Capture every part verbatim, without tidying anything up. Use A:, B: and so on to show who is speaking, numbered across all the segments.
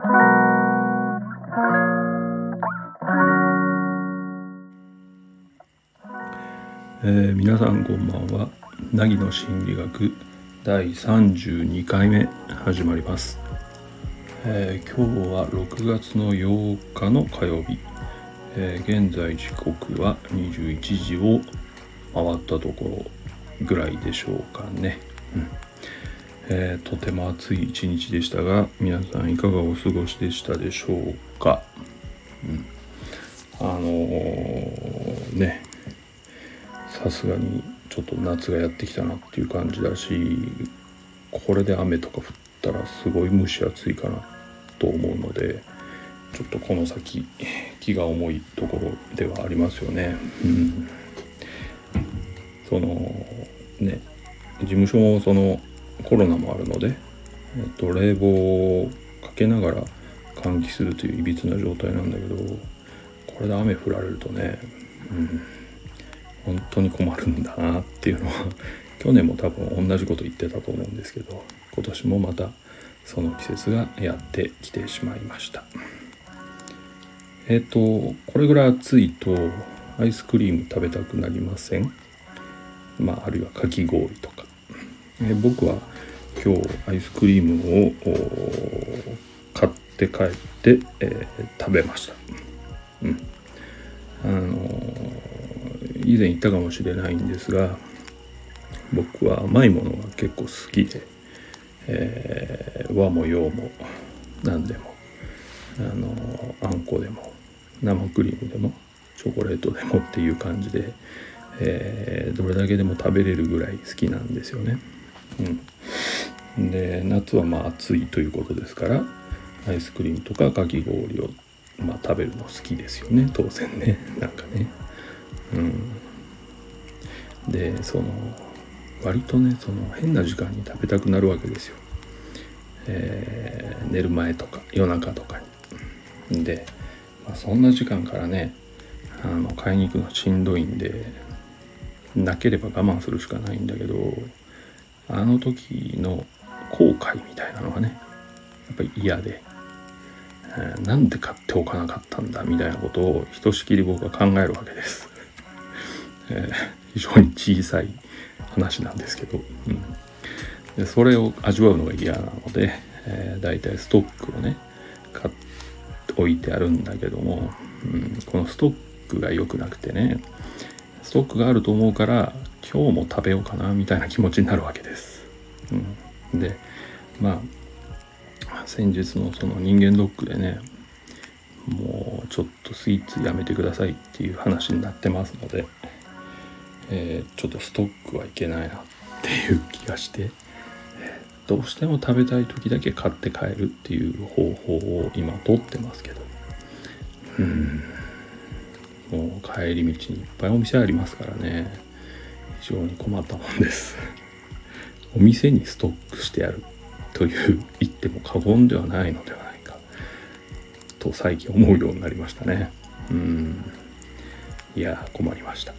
A: えー、皆さんこんばんは。凪の心理学だいさんじゅうにかいめ始まります。えー、今日はろくがつのようかの火曜日、えー、現在時刻はにじゅういちじを回ったところぐらいでしょうかね。うんえー、とても暑い一日でしたが、皆さんいかがお過ごしでしたでしょうか。うん、あのー、ねさすがにちょっと夏がやってきたなっていう感じだし、これで雨とか降ったらすごい蒸し暑いかなと思うので、ちょっとこの先気が重いところではありますよね。うん、そのね事務所もそのコロナもあるので、えっと、冷房をかけながら換気するといういびつな状態なんだけど、これで雨降られるとね、うん本当に困るんだなっていうのは去年も多分同じこと言ってたと思うんですけど、今年もまたその季節がやってきてしまいました。えっとこれぐらい暑いとアイスクリーム食べたくなりません？まああるいはかき氷とか。え僕は今日アイスクリームを買って帰って、えー、食べました。うんあの以前言ったかもしれないんですが、僕は甘いものが結構好きで、えー、和も洋も何でもあのあんこでも生クリームでもチョコレートでもっていう感じで、えー、どれだけでも食べれるぐらい好きなんですよね。うん、で夏はまあ暑いということですから、アイスクリームとかかき氷を、まあ、食べるの好きですよね、当然ね。なんかね、うん、でその割とねその変な時間に食べたくなるわけですよ、えー、寝る前とか夜中とかに。で、まあ、そんな時間からねあの買いに行くのしんどいんで、なければ我慢するしかないんだけど、あの時の後悔みたいなのがねやっぱり嫌で、えー、なんで買っておかなかったんだみたいなことをひとしきり僕は考えるわけです、えー、非常に小さい話なんですけど、うん、でそれを味わうのが嫌なので、えー、だいたいストックをね買っておいてあるんだけども、うん、このストックが良くなくてね、ストックがあると思うから今日も食べようかなみたいな気持ちになるわけです、うん、でまあ先日のその人間ドックでね、もうちょっとスイーツやめてくださいっていう話になってますので、えー、ちょっとストックはいけないなっていう気がして、どうしても食べたい時だけ買って帰るっていう方法を今取ってますけど、うーんもう帰り道にいっぱいお店ありますからね、非常に困ったもんですお店にストックしてあるという言っても過言ではないのではないかと最近思うようになりましたね。うーんいや困りました、はい、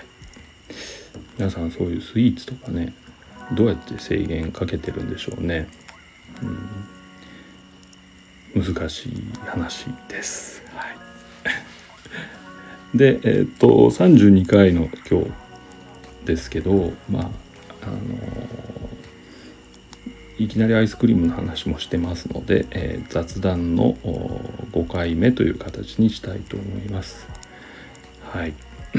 A: 皆さんそういうスイーツとかねどうやって制限かけてるんでしょうね。うん難しい話です、はい、でえっ、とさんじゅうにかいの今日ですけど、まああのいきなりアイスクリームの話もしてますので、えー、雑談のごかいめという形にしたいと思います。はい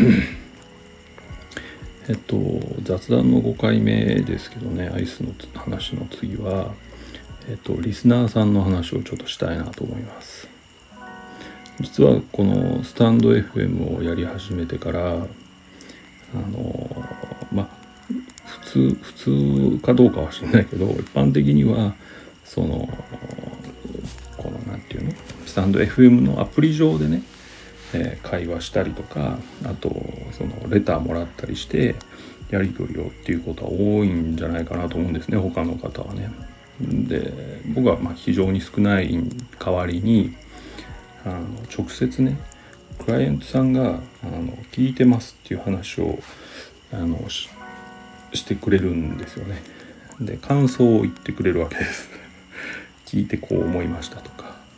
A: えっと雑談のごかいめですけどね、アイスの話の次は、えっと、リスナーさんの話をちょっとしたいなと思います。実はこのスタンド エフエム をやり始めてから、あのまあ普通普通かどうかは知らないけど、一般的にはそのこのなんていうのスタンド エフエム のアプリ上でね、えー、会話したりとか、あとそのレターもらったりしてやり取りをっていうことは多いんじゃないかなと思うんですね、他の方はね。で僕はまあ非常に少ない代わりに、あの直接ねクライアントさんがあの聞いてますっていう話をあの し, してくれるんですよね。で感想を言ってくれるわけです聞いてこう思いましたとか、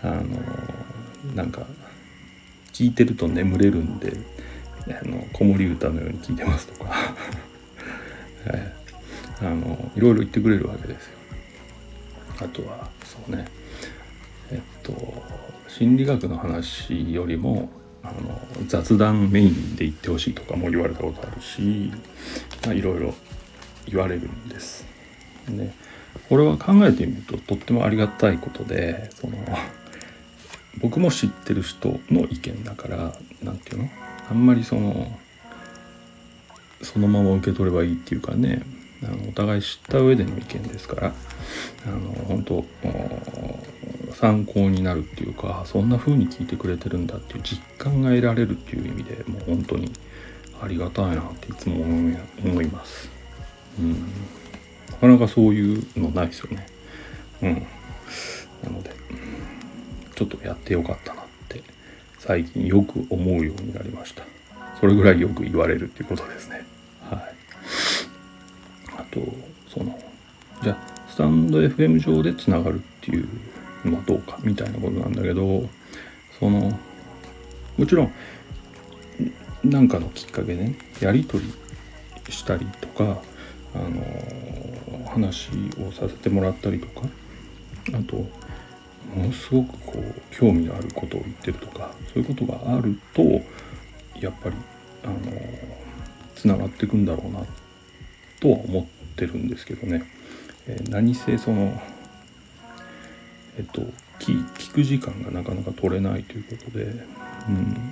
A: あのなんか聞いてると眠れるんで、あの子守歌のように聞いてますとか、えー、あのいろいろ言ってくれるわけですよ。あとはそうね、えっと心理学の話よりもあの雑談メインで言ってほしいとかも言われたことあるし、まあ、いろいろ言われるんです。でこれは考えてみるととってもありがたいことで、その僕も知ってる人の意見だから、なんていうの、あんまりそのそのまま受け取ればいいっていうかね、あのお互い知った上での意見ですから、あの本当参考になるっていうか、そんな風に聞いてくれてるんだっていう実感が得られるっていう意味でもう本当にありがたいなっていつも思います。うん、なかなかそういうのないですよね。うん、なのでちょっとやってよかったなって最近よく思うようになりました。それぐらいよく言われるっていうことですね。はい。あとそのじゃあスタンド エフエム 上でつながるっていうのはどうかみたいなことなんだけど、そのもちろん何かのきっかけでね、やり取りしたりとか、あの話をさせてもらったりとか、あとものすごくこう興味のあることを言ってるとか、そういうことがあるとやっぱりあのつながっていくんだろうなとは思ってるんですけどね。えー、何せそのえっと聞, 聞く時間がなかなか取れないということで、うん、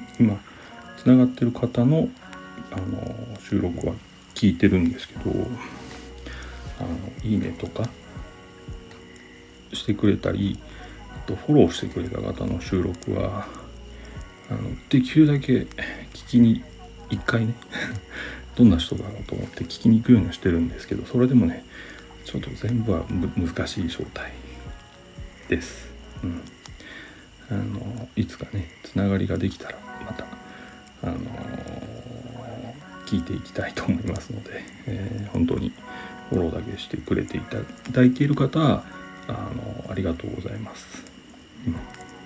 A: 今つながってる方のあの収録は聞いてるんですけど、あのいいねとかしてくれたり、あとフォローしてくれた方の収録はあのできるだけ聞きに一回ねどんな人だろうと思って聞きに行くようにしてるんですけど、それでもねちょっと全部は難しい状態です。うん、あのいつかねつながりができたらまたあの聞いていきたいと思いますので、えー、本当にフォローだけしてくれていただいている方はあのありがとうございます。うん、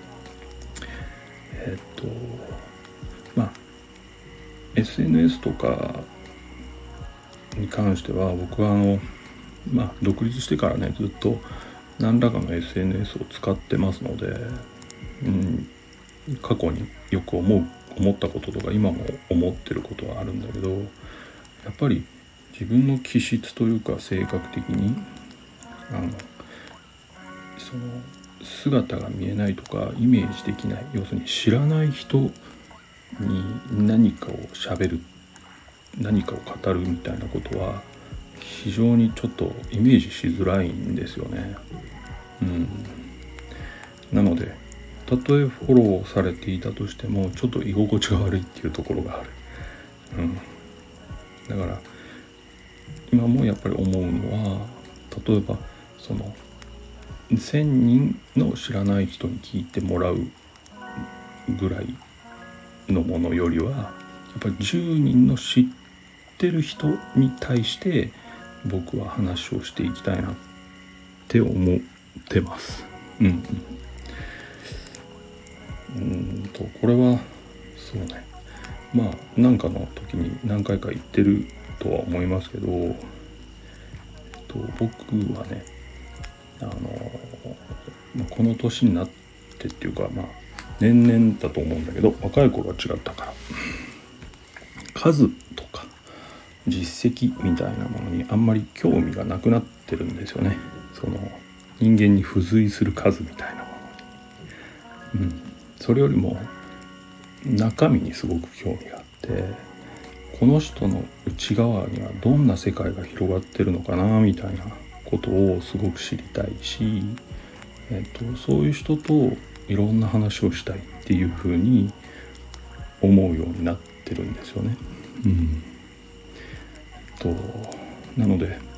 A: えっとまあ エスエヌエス とかに関しては僕はあのまあ独立してからねずっと何らかの エスエヌエス を使ってますので、うん、過去によく思う思ったこととか今も思ってることはあるんだけど、やっぱり自分の気質というか性格的にあのその姿が見えないとかイメージできない、要するに知らない人に何かを喋る、何かを語るみたいなことは非常にちょっとイメージしづらいんですよね。うん、なのでたとえフォローされていたとしてもちょっと居心地が悪いっていうところがある。うん、だから今もやっぱり思うのは、例えばそのせんにんの知らない人に聞いてもらうぐらいのものよりは、やっぱりじゅうにんの知ってる人に対して僕は話をしていきたいなって思ってます。うん、うん、とこれはそうね、まあ何かの時に何回か言ってるとは思いますけど、えっと、僕はねあの、まあ、この年になってっていうかまあ年々だと思うんだけど、若い頃は違ったから数とか実績みたいなものにあんまり興味がなくなってるんですよね。その人間に付随する数みたいなものに、うん、それよりも中身にすごく興味があって、この人の内側にはどんな世界が広がってるのかなみたいなことをすごく知りたいし、えっと、そういう人といろんな話をしたいっていうふうに思うようになってるんですよね。うん、となので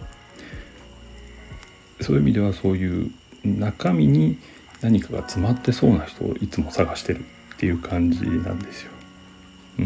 A: そういう意味ではそういう中身に何かが詰まってそうな人をいつも探してるっていう感じなんですよ。うん、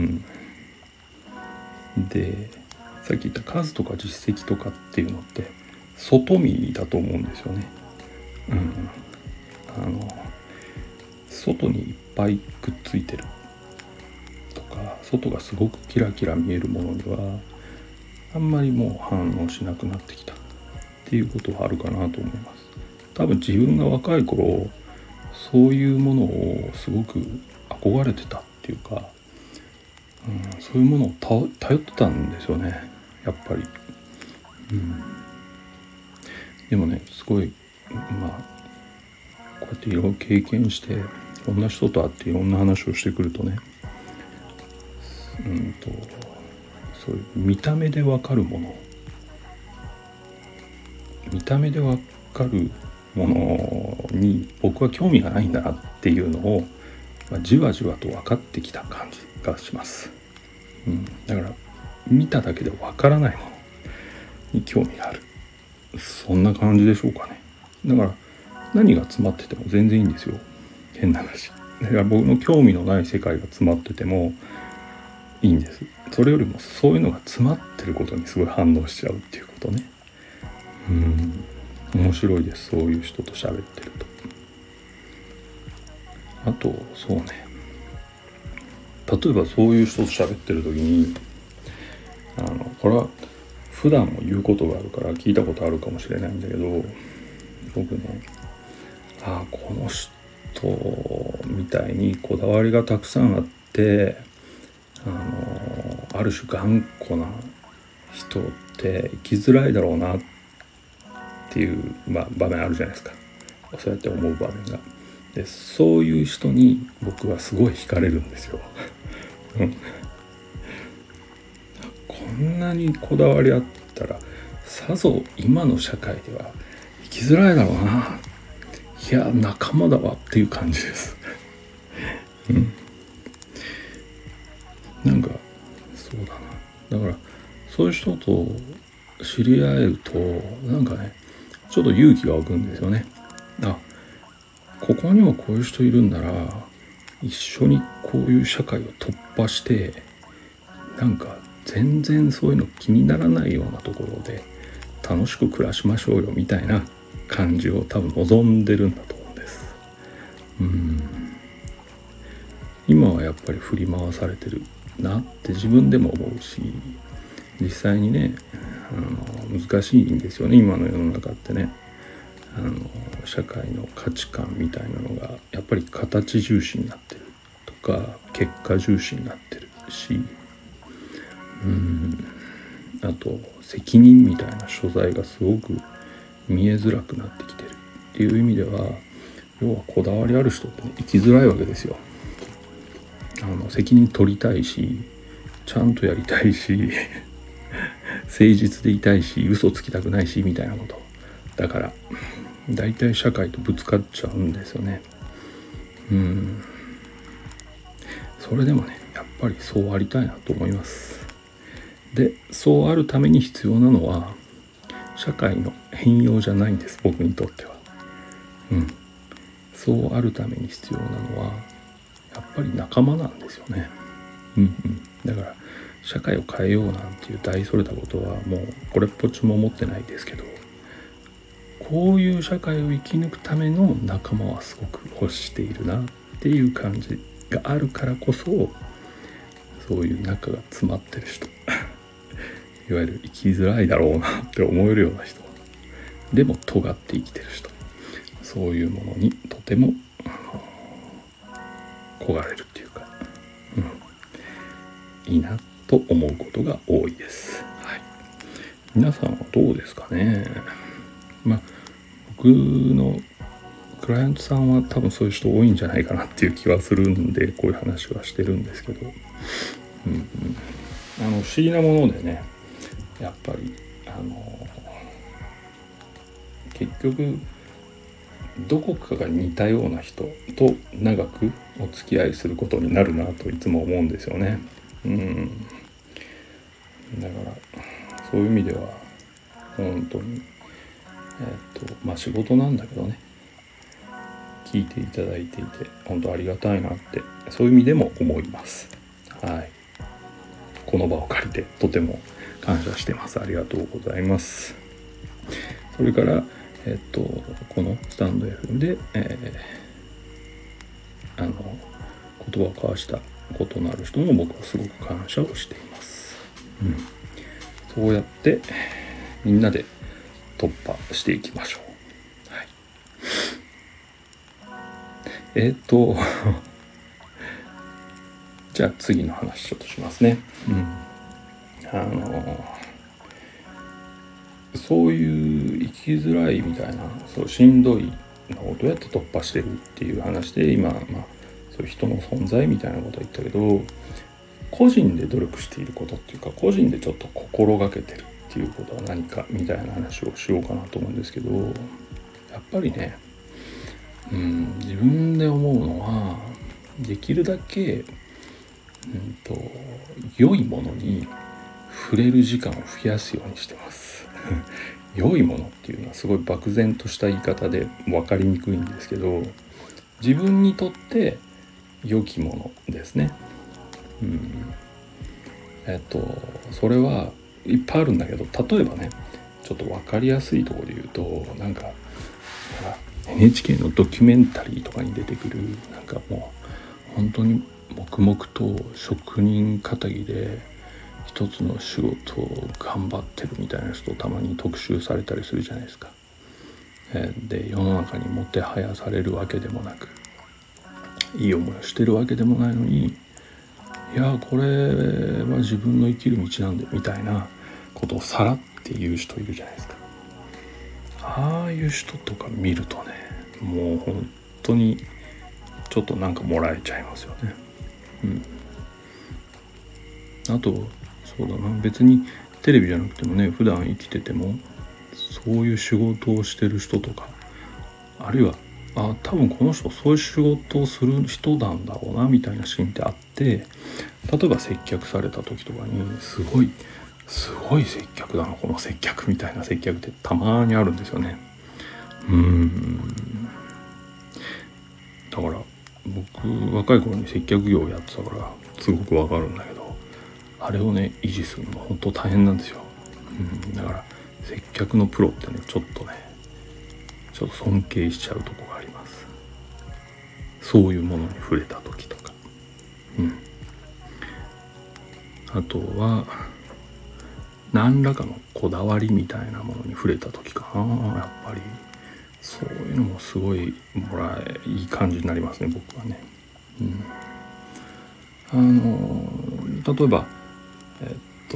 A: でさっき言った数とか実績とかっていうのって外見だと思うんですよね。うん、あの外にいっぱいくっついてるとか、外がすごくキラキラ見えるものにはあんまりもう反応しなくなってきたっていうことはあるかなと思います。多分自分が若い頃そういうものをすごく憧れてたっていうか、うん、そういうものを頼ってたんですよね、やっぱり。うん、でもね、すごいまあこうやっていろいろ経験していろんな人と会っていろんな話をしてくるとね、うんとそういう見た目でわかるもの見た目でわかるものに僕は興味がないんだなっていうのを、まあ、じわじわと分かってきた感じがします、うん、だから見ただけでわからないものに興味がある、そんな感じでしょうかね。だから何が詰まってても全然いいんですよ、変な話。だから僕の興味のない世界が詰まっててもいいんです。それよりもそういうのが詰まってることにすごい反応しちゃうっていうことね。うん面白いです、そういう人と喋ってると。あとそうね、例えばそういう人と喋ってる時にあのこれは普段も言うことがあるから聞いたことあるかもしれないんだけど、僕ね、あこの人みたいにこだわりがたくさんあってあのある種頑固な人って生きづらいだろうなっていう、まあ、場面あるじゃないですか。そうやって思う場面が。でそういう人に僕はすごい惹かれるんですよ。こんなにこだわりあったらさぞ今の社会では生きづらいだろうな、いや仲間だわっていう感じです、うん、なんかそうだな、だからそういう人と知り合えるとなんかねちょっと勇気が湧くんですよね。あここにもこういう人いるんなら一緒にこういう社会を突破してなんか全然そういうの気にならないようなところで楽しく暮らしましょうよみたいな感じを多分望んでるんだと思うんです。うん今はやっぱり振り回されてるなって自分でも思うし、実際にねあの難しいんですよね今の世の中ってね。あの社会の価値観みたいなのがやっぱり形重視になってるとか結果重視になってるし、うんあと責任みたいな所在がすごく見えづらくなってきてるっていう意味では、要はこだわりある人ってね生きづらいわけですよ。あの責任取りたいしちゃんとやりたいし誠実でいたいし嘘つきたくないしみたいなことだからだいたい社会とぶつかっちゃうんですよね。うんそれでもねやっぱりそうありたいなと思います。でそうあるために必要なのは社会の変容じゃないんです、僕にとっては。うんそうあるために必要なのはやっぱり仲間なんですよね。うんうんだから社会を変えようなんていう大それたことはもうこれっぽっちも思ってないですけど、こういう社会を生き抜くための仲間はすごく欲しているなっていう感じがあるからこそ、そういう仲が詰まってる人いわゆる生きづらいだろうなって思えるような人でも尖って生きてる人、そういうものにとても焦がれるっていうか、うん、いいなと思うことが多いです、はい、皆さんはどうですかね。まあ僕のクライアントさんは多分そういう人多いんじゃないかなっていう気はするんでこういう話はしてるんですけど、うんうん、あの不思議なものでねやっぱりあの結局どこかが似たような人と長くお付き合いすることになるなといつも思うんですよね。うん、だからそういう意味では本当にえっとまあ仕事なんだけどね聞いていただいていて本当ありがたいなってそういう意味でも思います。はい、この場を借りてとても感謝してます。ありがとうございます。それからえっとこのスタンド エフエム で、えー、 あの言葉を交わしたことのある人も僕はすごく感謝をしています、うん、そうやってみんなで突破していきましょう。はい、えっ、ー、とじゃあ次の話ちょっとしますね。うん、あのそういう生きづらいみたいな、そうしんどいのをどうやって突破してるっていう話で、今、まあ、そういう人の存在みたいなことは言ったけど、個人で努力していることっていうか、個人でちょっと心がけてるっていうことは何かみたいな話をしようかなと思うんですけど、やっぱりね、うん、自分で思うのはできるだけ、うんと、良いものに触れる時間を増やすようにしてます良いものっていうのはすごい漠然とした言い方で分かりにくいんですけど、自分にとって良きものですね。うん、えっとそれはいっぱいあるんだけど、例えばね、ちょっと分かりやすいところで言うと、なんか エヌエイチケー のドキュメンタリーとかに出てくる、なんかもう本当に黙々と職人かたぎで一つの仕事を頑張ってるみたいな人をたまに特集されたりするじゃないですか。で、世の中にもてはやされるわけでもなく、いい思いをしてるわけでもないのに、いやこれは自分の生きる道なんでみたいなことをさらって言う人いるじゃないですか。ああいう人とか見るとね、もう本当にちょっとなんかもらえちゃいますよね。うん。あとそうだな、別にテレビじゃなくてもね、普段生きててもそういう仕事をしてる人とか、あるいはあ多分この人そういう仕事をする人なんだろうなみたいなシーンってあって、例えば接客された時とかにすごいすごい接客だなこの接客みたいな接客ってたまにあるんですよね。うーんだから僕若い頃に接客業をやってたからすごくわかるんだけど、あれをね維持するの本当大変なんですよ。うん、だから接客のプロってね、ちょっとねちょっと尊敬しちゃうとこがあります。そういうものに触れた時とか。うん。あとは何らかのこだわりみたいなものに触れた時かな。やっぱりそういうのもすごいもらえいい感じになりますね、僕はね。うん。あの例えばえっと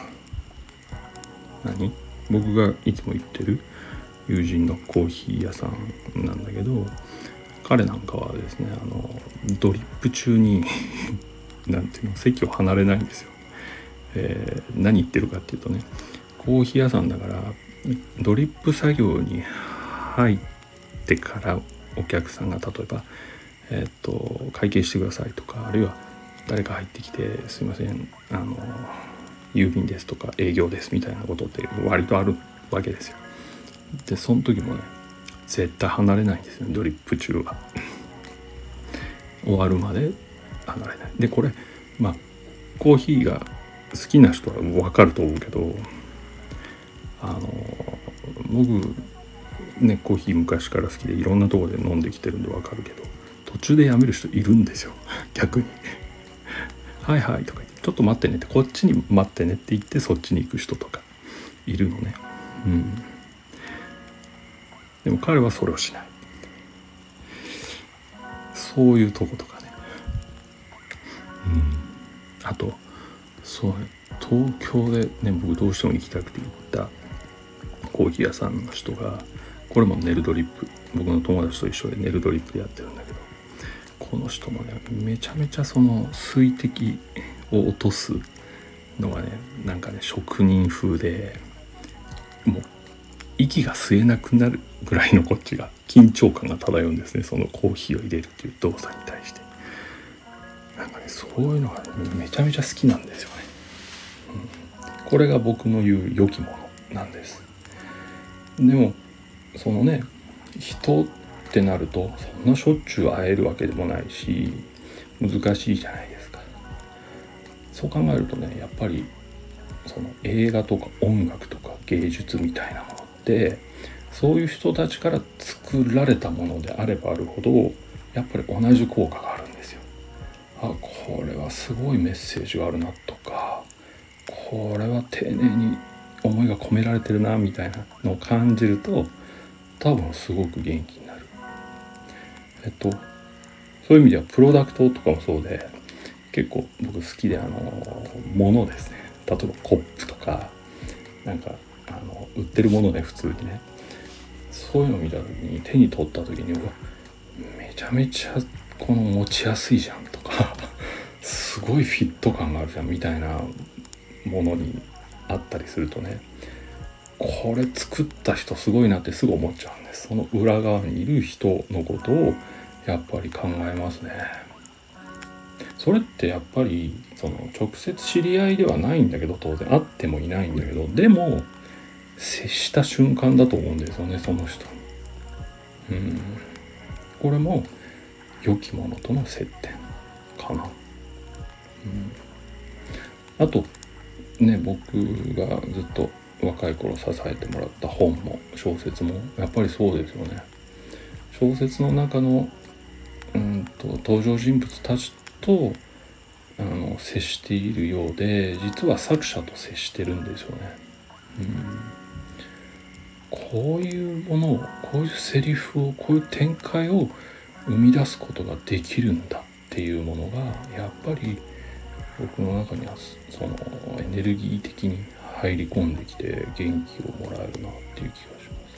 A: 何僕がいつも行ってる友人のコーヒー屋さんなんだけど、彼なんかはですね、あのドリップ中になんていうの、席を離れないんですよ。えー、何言ってるかっていうとね、コーヒー屋さんだからドリップ作業に入ってからお客さんが例えば、えー、っと会計してくださいとか、あるいは誰か入ってきてすいません、あの郵便ですとか営業ですみたいなことって割とあるわけですよ。でその時もね絶対離れないんですよ、ドリップ中は終わるまで離れない。でこれまあコーヒーが好きな人は分かると思うけど、あの僕ねコーヒー昔から好きでいろんなところで飲んできてるんで分かるけど、途中でやめる人いるんですよ逆にはいはいとか言って、ちょっと待ってねって、こっちに待ってねって言ってそっちに行く人とかいるのね。うん。でも彼はそれをしない。そういうとことかね。うん。あとそうね、東京でね僕どうしても行きたくて行ったコーヒー屋さんの人が、これもネルドリップ、僕の友達と一緒でネルドリップでやってるんだけど、この人もねめちゃめちゃその水滴を落とすのがね、なんかね職人風で、もう息が吸えなくなるぐらいのこっちが緊張感が漂うんですね、そのコーヒーを入れるっていう動作に対して。なんかねそういうのが、ね、めちゃめちゃ好きなんですよね。うん、これが僕の言う良きものなんです。でもそのね人ってなるとそんなしょっちゅう会えるわけでもないし難しいじゃないですか。そう考えるとね、やっぱりその映画とか音楽とか芸術みたいなものってそういう人たちから作られたものであればあるほど、 やっぱり同じ効果があるんですよ。あ、これはすごいメッセージがあるなとか、これは丁寧に思いが込められてるなみたいなのを感じると、多分すごく元気になる。えっとそういう意味ではプロダクトとかもそうで、結構僕好きで、あの物ですね。例えばコップとかなんかあの売ってるもので普通にね、そういうのを見た時に、手に取った時に、うわめちゃめちゃこの持ちやすいじゃんとかすごいフィット感があるじゃんみたいなものにあったりするとね、これ作った人すごいなってすぐ思っちゃうんです。その裏側にいる人のことをやっぱり考えますね。それってやっぱりその直接知り合いではないんだけど、当然会ってもいないんだけど、でも接した瞬間だと思うんですよね、その人に。うん、これも良きものとの接点かな。うん、あとね、僕がずっと若い頃支えてもらった本も小説もやっぱりそうですよね。小説の中のうんと登場人物たちとあの接しているようで、実は作者と接してるんですよね。うん、こういうものを、こういうセリフを、こういう展開を生み出すことができるんだっていうものがやっぱり僕の中にはそのエネルギー的に入り込んできて元気をもらえるなっていう気がします。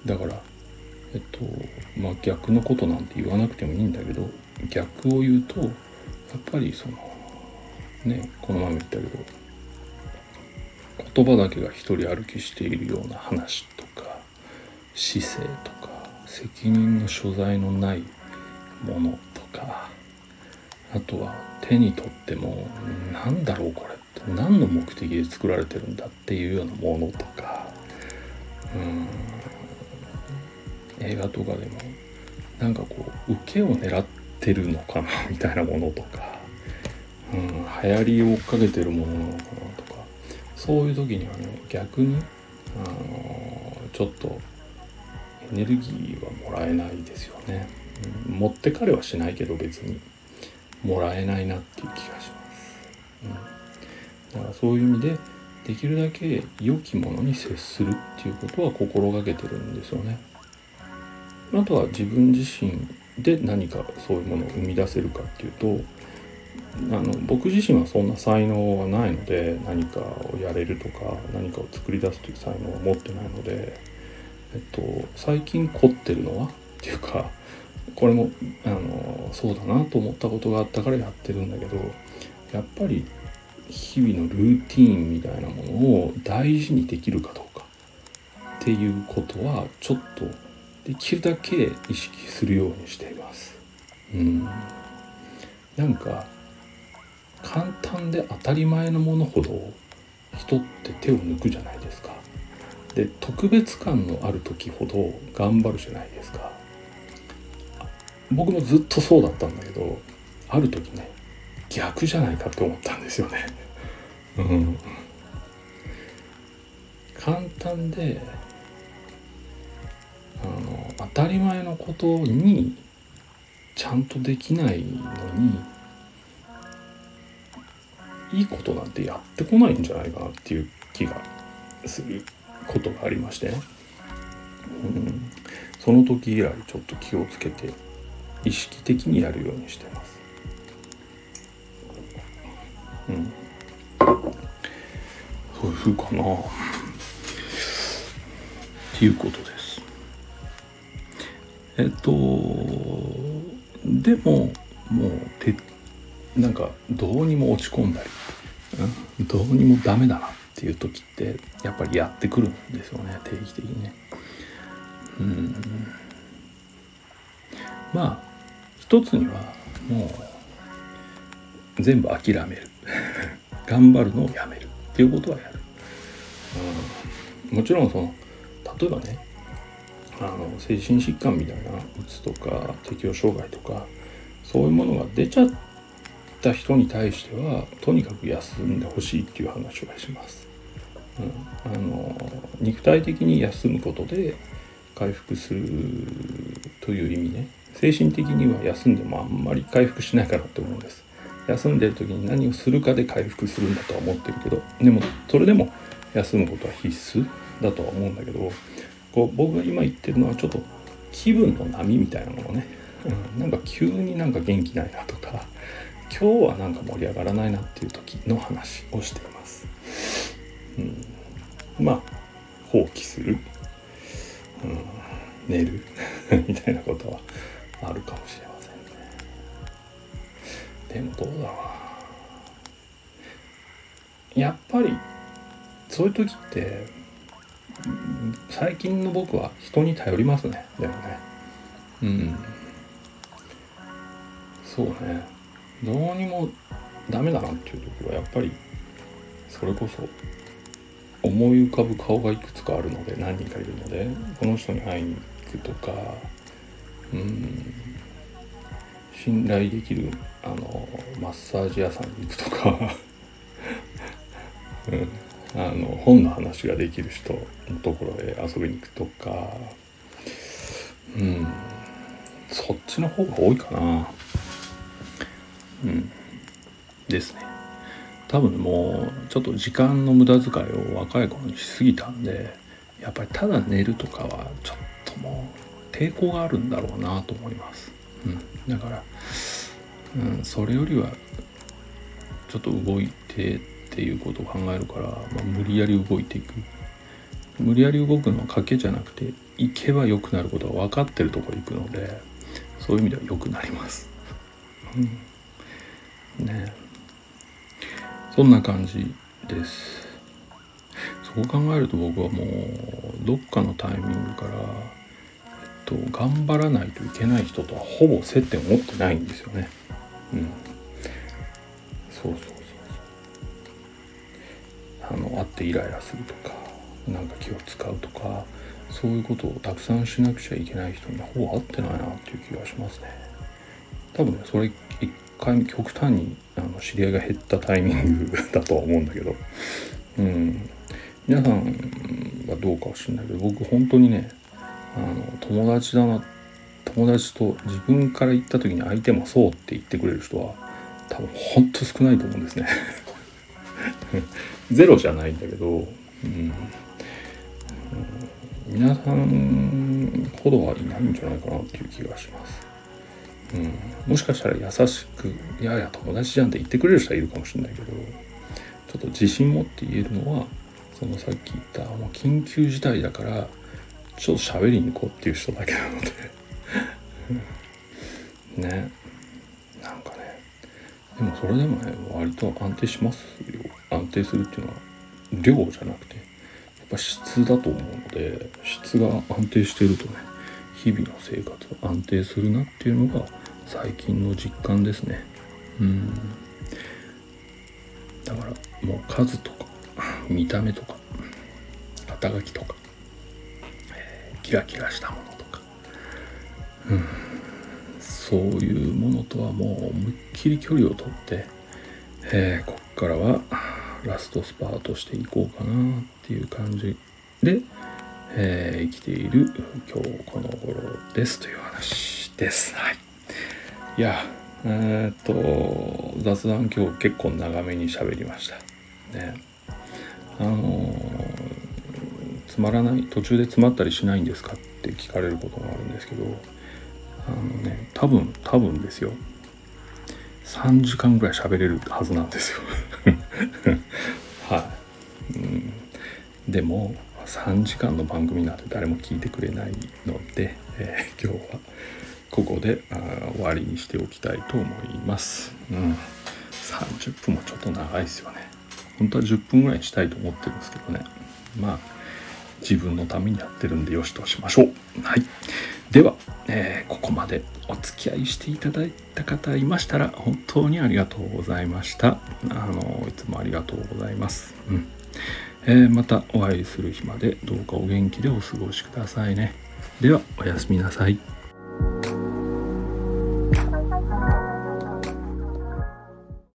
A: だからえっとまあ逆のことなんて言わなくてもいいんだけど、逆を言うとやっぱりそのね、この前も言ったけど、言葉だけが一人歩きしているような話とか姿勢とか責任の所在のないものとか、あとは手に取ってもなんだろうこれって何の目的で作られてるんだっていうようなものとか、うーん映画とかでもなんかこう受けを狙ってるのかなみたいなものとか、うん、流行りを追っかけてるものなのかなとか、そういう時にはね、逆にあのちょっとエネルギーはもらえないですよね。うん、持ってかれはしないけど別にもらえないなっていう気がします。うん、だからそういう意味でできるだけ良きものに接するっていうことは心がけてるんですよね。あとは自分自身で何かそういうものを生み出せるかっていうと、あの僕自身はそんな才能はないので、何かをやれるとか何かを作り出すという才能は持ってないので、えっと最近凝ってるのはっていうか、これもあのそうだなと思ったことがあったからやってるんだけど、やっぱり日々のルーティーンみたいなものを大事にできるかどうかっていうことはちょっとできるだけ意識するようにしています。うん、なんか簡単で当たり前のものほど人って手を抜くじゃないですか。で、特別感のある時ほど頑張るじゃないですか。僕もずっとそうだったんだけど、ある時ね、逆じゃないかって思ったんですよね。うん、簡単であの当たり前のことにちゃんとできないのにいいことなんてやってこないんじゃないかなっていう気がすることがありましてね。うん、その時以来ちょっと気をつけて意識的にやるようにしてます。うん、そういう風かなっていうことです。えっとでももうてなんかどうにも落ち込んだり、うん、どうにもダメだなっていう時ってやっぱりやってくるんですよね、定期的にね。うん、まあ一つにはもう全部諦める頑張るのをやめるっていうことはやる。うん、もちろんその例えばね、あの精神疾患みたいなうつとか適応障害とかそういうものが出ちゃった人に対してはとにかく休んでほしいっていう話をします。うん、あの肉体的に休むことで回復するという意味ね、 精神的には休んでもあんまり回復しないかなって思うんです。休んでる時に何をするかで回復するんだとは思ってるけど、でもそれでも休むことは必須だとは思うんだけど、こう僕が今言ってるのはちょっと気分の波みたいなものね、うん、なんか急になんか元気ないなとか、今日はなんか盛り上がらないなっていう時の話をしています。うん、まあ放棄する、うん、寝るみたいなことはあるかもしれませんね。でもどうだろうな、やっぱりそういう時って最近の僕は人に頼りますね。でもね、うんそうね、どうにもダメだなっていう時はやっぱりそれこそ思い浮かぶ顔がいくつかあるので、何人かいるので、この人に会いに行くとか、うん信頼できるあのマッサージ屋さんに行くとか、うん、あの本の話ができる人のところへ遊びに行くとか、うんそっちの方が多いかな。うんですね。多分もうちょっと時間の無駄遣いを若い頃にしすぎたんで、やっぱりただ寝るとかはちょっともう抵抗があるんだろうなと思います。うん、だから、うん、それよりはちょっと動いてっていうことを考えるから、まあ、無理やり動いていく。無理やり動くのは賭けじゃなくて、行けば良くなることが分かってるところに行くので、そういう意味では良くなります。うん、ねえ。そんな感じです。そう考えると僕はもうどっかのタイミングから、えっと、頑張らないといけない人とはほぼ接点を持ってないんですよね。うん、そうそうそう。あの会ってイライラするとか、なんか気を使うとか、そういうことをたくさんしなくちゃいけない人にほぼ会ってないなっていう気がしますね。多分ね、それ一回目極端にあの知り合いが減ったタイミングだとは思うんだけど、うん、皆さんはどうかは知らないけど、僕本当にね、あの友達だな、友達と自分から言った時に相手もそうって言ってくれる人は多分本当少ないと思うんですね。ゼロじゃないんだけど、うんうん、皆さんほどはいないんじゃないかなっていう気がします。うん、もしかしたら優しくいやいや友達じゃんって言ってくれる人はいるかもしれないけど、ちょっと自信持って言えるのは、そのさっき言ったもう緊急事態だからちょっと喋りに行こうっていう人だけなのでね、なんかね、でもそれでもね割と安定しますよ。安定するっていうのは量じゃなくてやっぱ質だと思うので、質が安定しているとね、日々の生活が安定するなっていうのが最近の実感ですね。うんだからもう数とか見た目とか肩書きとか、えー、キラキラしたものとか、うん、そういうものとはもう思いっきり距離をとって、えー、こっからはラストスパートしていこうかなっていう感じで、えー、生きている今日この頃ですという話です。はい。いやえー、っと雑談今日結構長めに喋りましたね。あのー、つまらない途中で詰まったりしないんですかって聞かれることがあるんですけど、あのね多分多分ですよ、さんじかんぐらい喋れるはずなんですよはい、うん、でもさんじかんの番組なんて誰も聞いてくれないので、えー、今日はここで終わりにしておきたいと思います。うん、さんじゅっぷんもちょっと長いですよね。本当はじゅっぷんぐらいにしたいと思ってるんですけどね。まあ自分のためにやってるんでよしとしましょう。はい。では、えー、ここまでお付き合いしていただいた方いましたら本当にありがとうございました。あのいつもありがとうございます。うんえー、またお会いする日までどうかお元気でお過ごしくださいね。ではおやすみなさい。